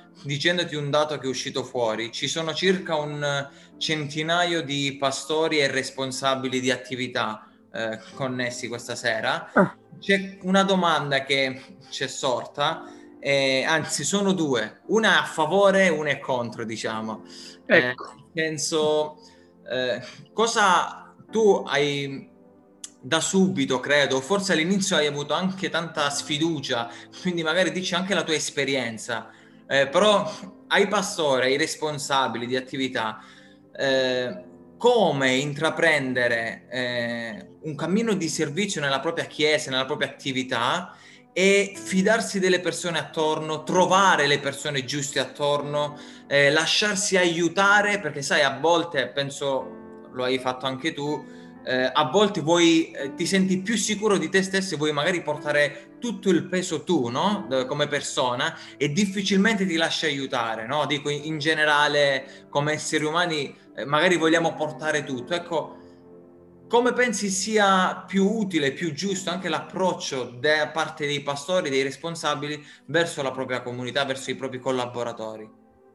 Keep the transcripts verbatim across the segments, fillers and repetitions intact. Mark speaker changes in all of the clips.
Speaker 1: dicendoti un dato che è uscito fuori. Ci sono circa un centinaio di pastori e responsabili di attività eh, connessi questa sera.
Speaker 2: Ah.
Speaker 1: C'è una domanda che c'è sorta, eh, anzi sono due, una a favore e una è contro, diciamo. Eh,
Speaker 2: Ecco.
Speaker 1: nel senso, eh, cosa tu hai da subito, credo, forse all'inizio hai avuto anche tanta sfiducia, quindi magari dici anche la tua esperienza, eh, però ai pastori, ai responsabili di attività, eh, come intraprendere eh, un cammino di servizio nella propria chiesa, nella propria attività, e fidarsi delle persone attorno, trovare le persone giuste attorno, eh, lasciarsi aiutare, perché sai, a volte, penso lo hai fatto anche tu, eh, a volte vuoi, eh, ti senti più sicuro di te stesso e vuoi magari portare tutto il peso tu, no? Come persona, e difficilmente ti lasci aiutare, no? Dico, in generale, come esseri umani, eh, magari vogliamo portare tutto. Ecco, come pensi sia più utile, più giusto anche l'approccio da parte dei pastori, dei responsabili, verso la propria comunità, verso i propri collaboratori?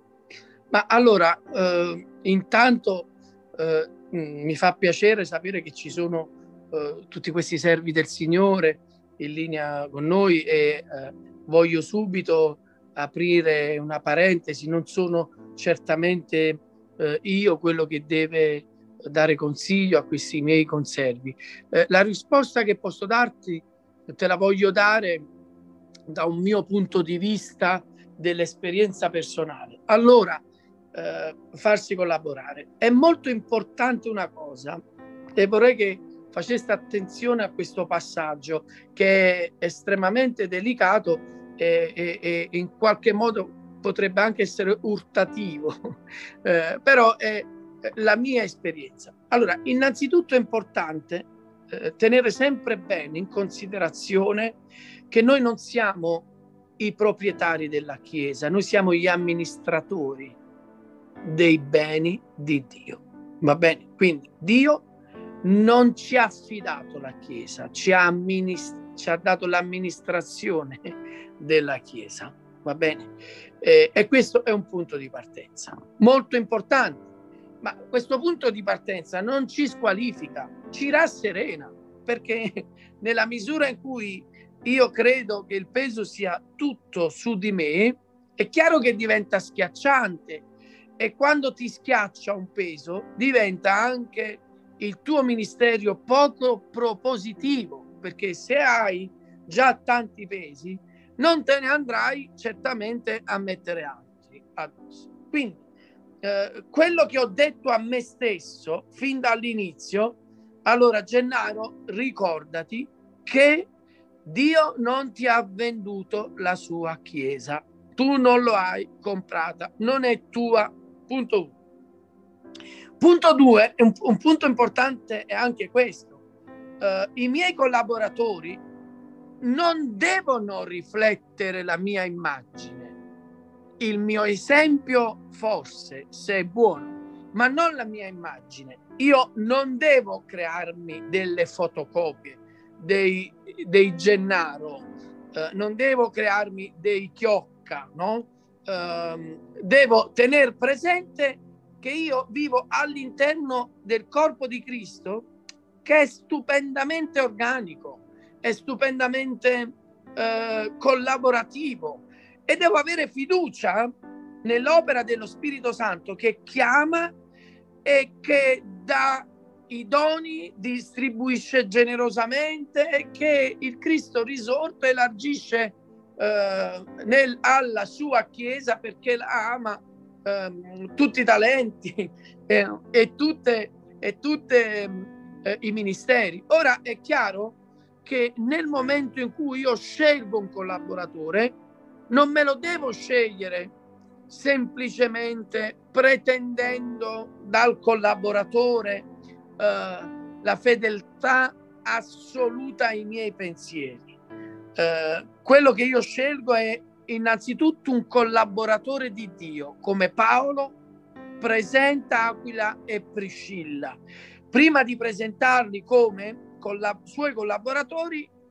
Speaker 2: Ma allora, eh, intanto eh, mi fa piacere sapere che ci sono eh, tutti questi servi del Signore in linea con noi e eh, voglio subito aprire una parentesi. Non sono certamente eh, io quello che deve dare consiglio a questi miei conservi. Eh, la risposta che posso darti te la voglio dare da un mio punto di vista dell'esperienza personale. Allora, eh, farsi collaborare. È molto importante una cosa, e vorrei che faceste attenzione a questo passaggio che è estremamente delicato e, e, e in qualche modo potrebbe anche essere urtativo, eh, però è la mia esperienza. Allora, innanzitutto è importante eh, tenere sempre bene in considerazione che noi non siamo i proprietari della Chiesa, noi siamo gli amministratori dei beni di Dio. Va bene? Quindi Dio non ci ha affidato la Chiesa, ci ha, amminist- ci ha dato l'amministrazione della Chiesa. Va bene? Eh, e questo è un punto di partenza molto importante. Ma questo punto di partenza non ci squalifica, ci rasserena, perché nella misura in cui io credo che il peso sia tutto su di me, è chiaro che diventa schiacciante, e quando ti schiaccia un peso diventa anche il tuo ministero poco propositivo, perché se hai già tanti pesi non te ne andrai certamente a mettere altri addosso. Quindi eh, quello che ho detto a me stesso fin dall'inizio: allora Gennaro, ricordati che Dio non ti ha venduto la sua chiesa, tu non lo hai comprata, non è tua. Punto uno. Punto due, un, un punto importante è anche questo: uh, i miei collaboratori non devono riflettere la mia immagine. Il mio esempio forse, se è buono, ma non la mia immagine. Io non devo crearmi delle fotocopie dei, dei Gennaro, uh, non devo crearmi dei Chiocca, no? Uh, devo tenere presente che io vivo all'interno del corpo di Cristo, che è stupendamente organico, è stupendamente eh, collaborativo, e devo avere fiducia nell'opera dello Spirito Santo che chiama e che dà i doni, distribuisce generosamente, e che il Cristo risorto elargisce eh, nel, alla sua Chiesa, perché la ama, eh, tutti i talenti eh, e tutte, e tutte eh, i ministeri. Ora è chiaro che nel momento in cui io scelgo un collaboratore, non me lo devo scegliere semplicemente pretendendo dal collaboratore eh, la fedeltà assoluta ai miei pensieri. Eh, quello che io scelgo è innanzitutto un collaboratore di Dio, come Paolo presenta Aquila e Priscilla. Prima di presentarli come collab- suoi collaboratori,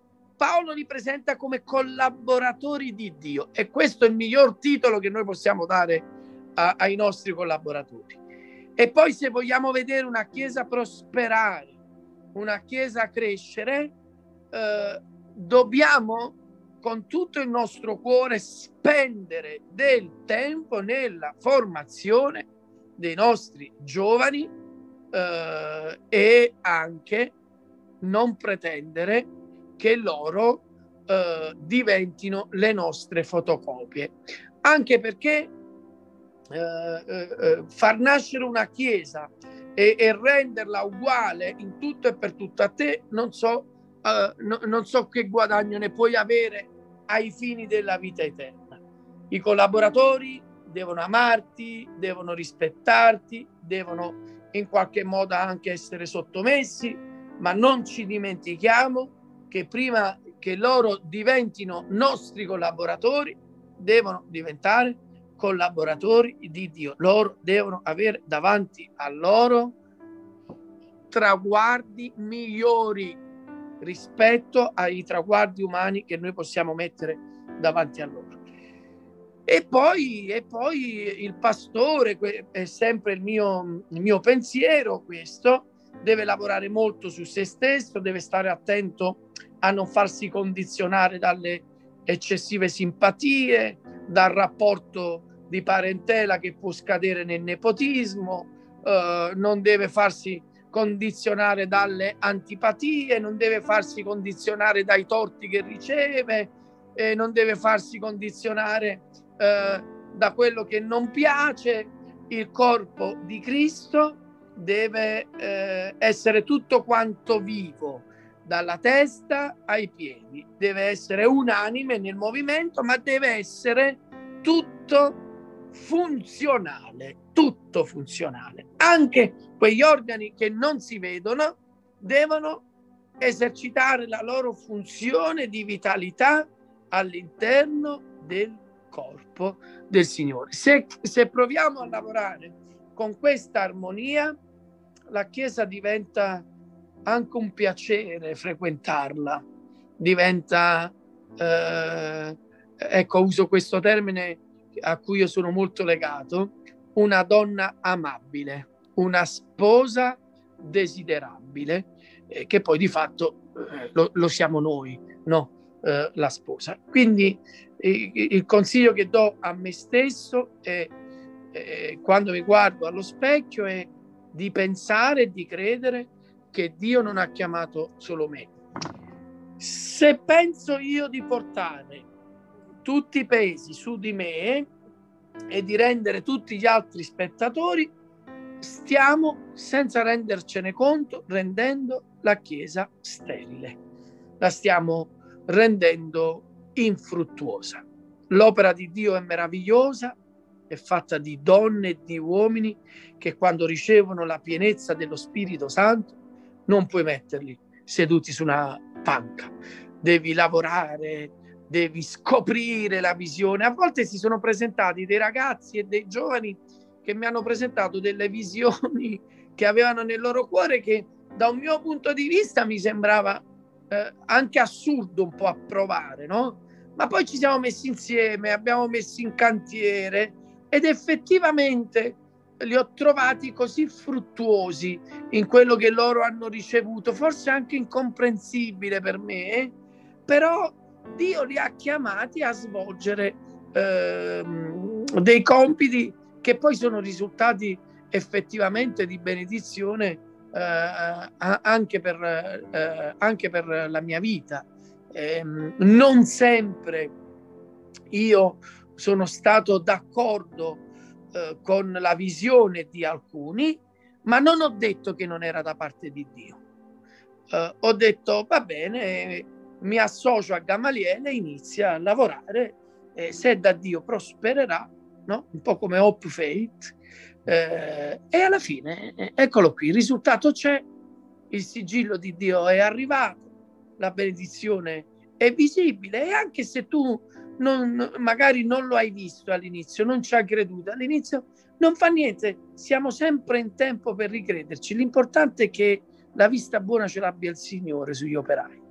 Speaker 2: Paolo li presenta come collaboratori di Dio, e questo è il miglior titolo che noi possiamo dare a, ai nostri collaboratori. E poi, se vogliamo vedere una Chiesa prosperare, una Chiesa crescere, eh, dobbiamo con tutto il nostro cuore spendere del tempo nella formazione dei nostri giovani, eh, e anche non pretendere che loro eh, diventino le nostre fotocopie, anche perché eh, eh, far nascere una Chiesa e, e renderla uguale in tutto e per tutto a te, non so, eh, no, non so che guadagno ne puoi avere ai fini della vita eterna. I collaboratori devono amarti, devono rispettarti, devono in qualche modo anche essere sottomessi, ma non ci dimentichiamo che prima che loro diventino nostri collaboratori, devono diventare collaboratori di Dio. Loro devono avere davanti a loro traguardi migliori rispetto ai traguardi umani che noi possiamo mettere davanti a loro. E poi, e poi il pastore, è sempre il mio, il mio pensiero questo, deve lavorare molto su se stesso, deve stare attento a non farsi condizionare dalle eccessive simpatie, dal rapporto di parentela che può scadere nel nepotismo, eh, non deve farsi condizionare dalle antipatie, non deve farsi condizionare dai torti che riceve, eh, non deve farsi condizionare eh, da quello che non piace. Il corpo di Cristo deve eh, essere tutto quanto vivo, dalla testa ai piedi, deve essere unanime nel movimento, ma deve essere tutto funzionale, tutto funzionale. Anche quegli organi che non si vedono devono esercitare la loro funzione di vitalità all'interno del corpo del Signore. Se, se proviamo a lavorare con questa armonia, la Chiesa diventa anche un piacere frequentarla, diventa, eh, ecco, uso questo termine a cui io sono molto legato, una donna amabile, una sposa desiderabile, eh, che poi di fatto eh, lo, lo siamo noi, no? Eh, la sposa. Quindi eh, il consiglio che do a me stesso è, eh, quando mi guardo allo specchio, è di pensare e di credere che Dio non ha chiamato solo me. Se penso io di portare tutti i pesi su di me e di rendere tutti gli altri spettatori, stiamo, senza rendercene conto, rendendo la Chiesa sterile. La stiamo rendendo infruttuosa. L'opera di Dio è meravigliosa, è fatta di donne e di uomini che, quando ricevono la pienezza dello Spirito Santo, non puoi metterli seduti su una panca, devi lavorare, devi scoprire la visione. A volte si sono presentati dei ragazzi e dei giovani che mi hanno presentato delle visioni che avevano nel loro cuore, che da un mio punto di vista mi sembrava eh, anche assurdo un po' approvare, no? Ma poi ci siamo messi insieme, abbiamo messo in cantiere ed effettivamente li ho trovati così fruttuosi in quello che loro hanno ricevuto, forse anche incomprensibile per me, però Dio li ha chiamati a svolgere eh, dei compiti che poi sono risultati effettivamente di benedizione eh, anche, per, eh, anche per la mia vita. Eh, non sempre io sono stato d'accordo eh, con la visione di alcuni, ma non ho detto che non era da parte di Dio. Eh, ho detto va bene, mi associo a Gamaliele e inizia a lavorare, eh, se è da Dio prospererà, no? Un po' come Hope Faith, eh, e alla fine eh, eccolo qui, il risultato c'è, il sigillo di Dio è arrivato, la benedizione è visibile, e anche se tu non, magari non lo hai visto all'inizio, non ci hai creduto all'inizio, non fa niente, siamo sempre in tempo per ricrederci. L'importante è che la vista buona ce l'abbia il Signore sugli operai.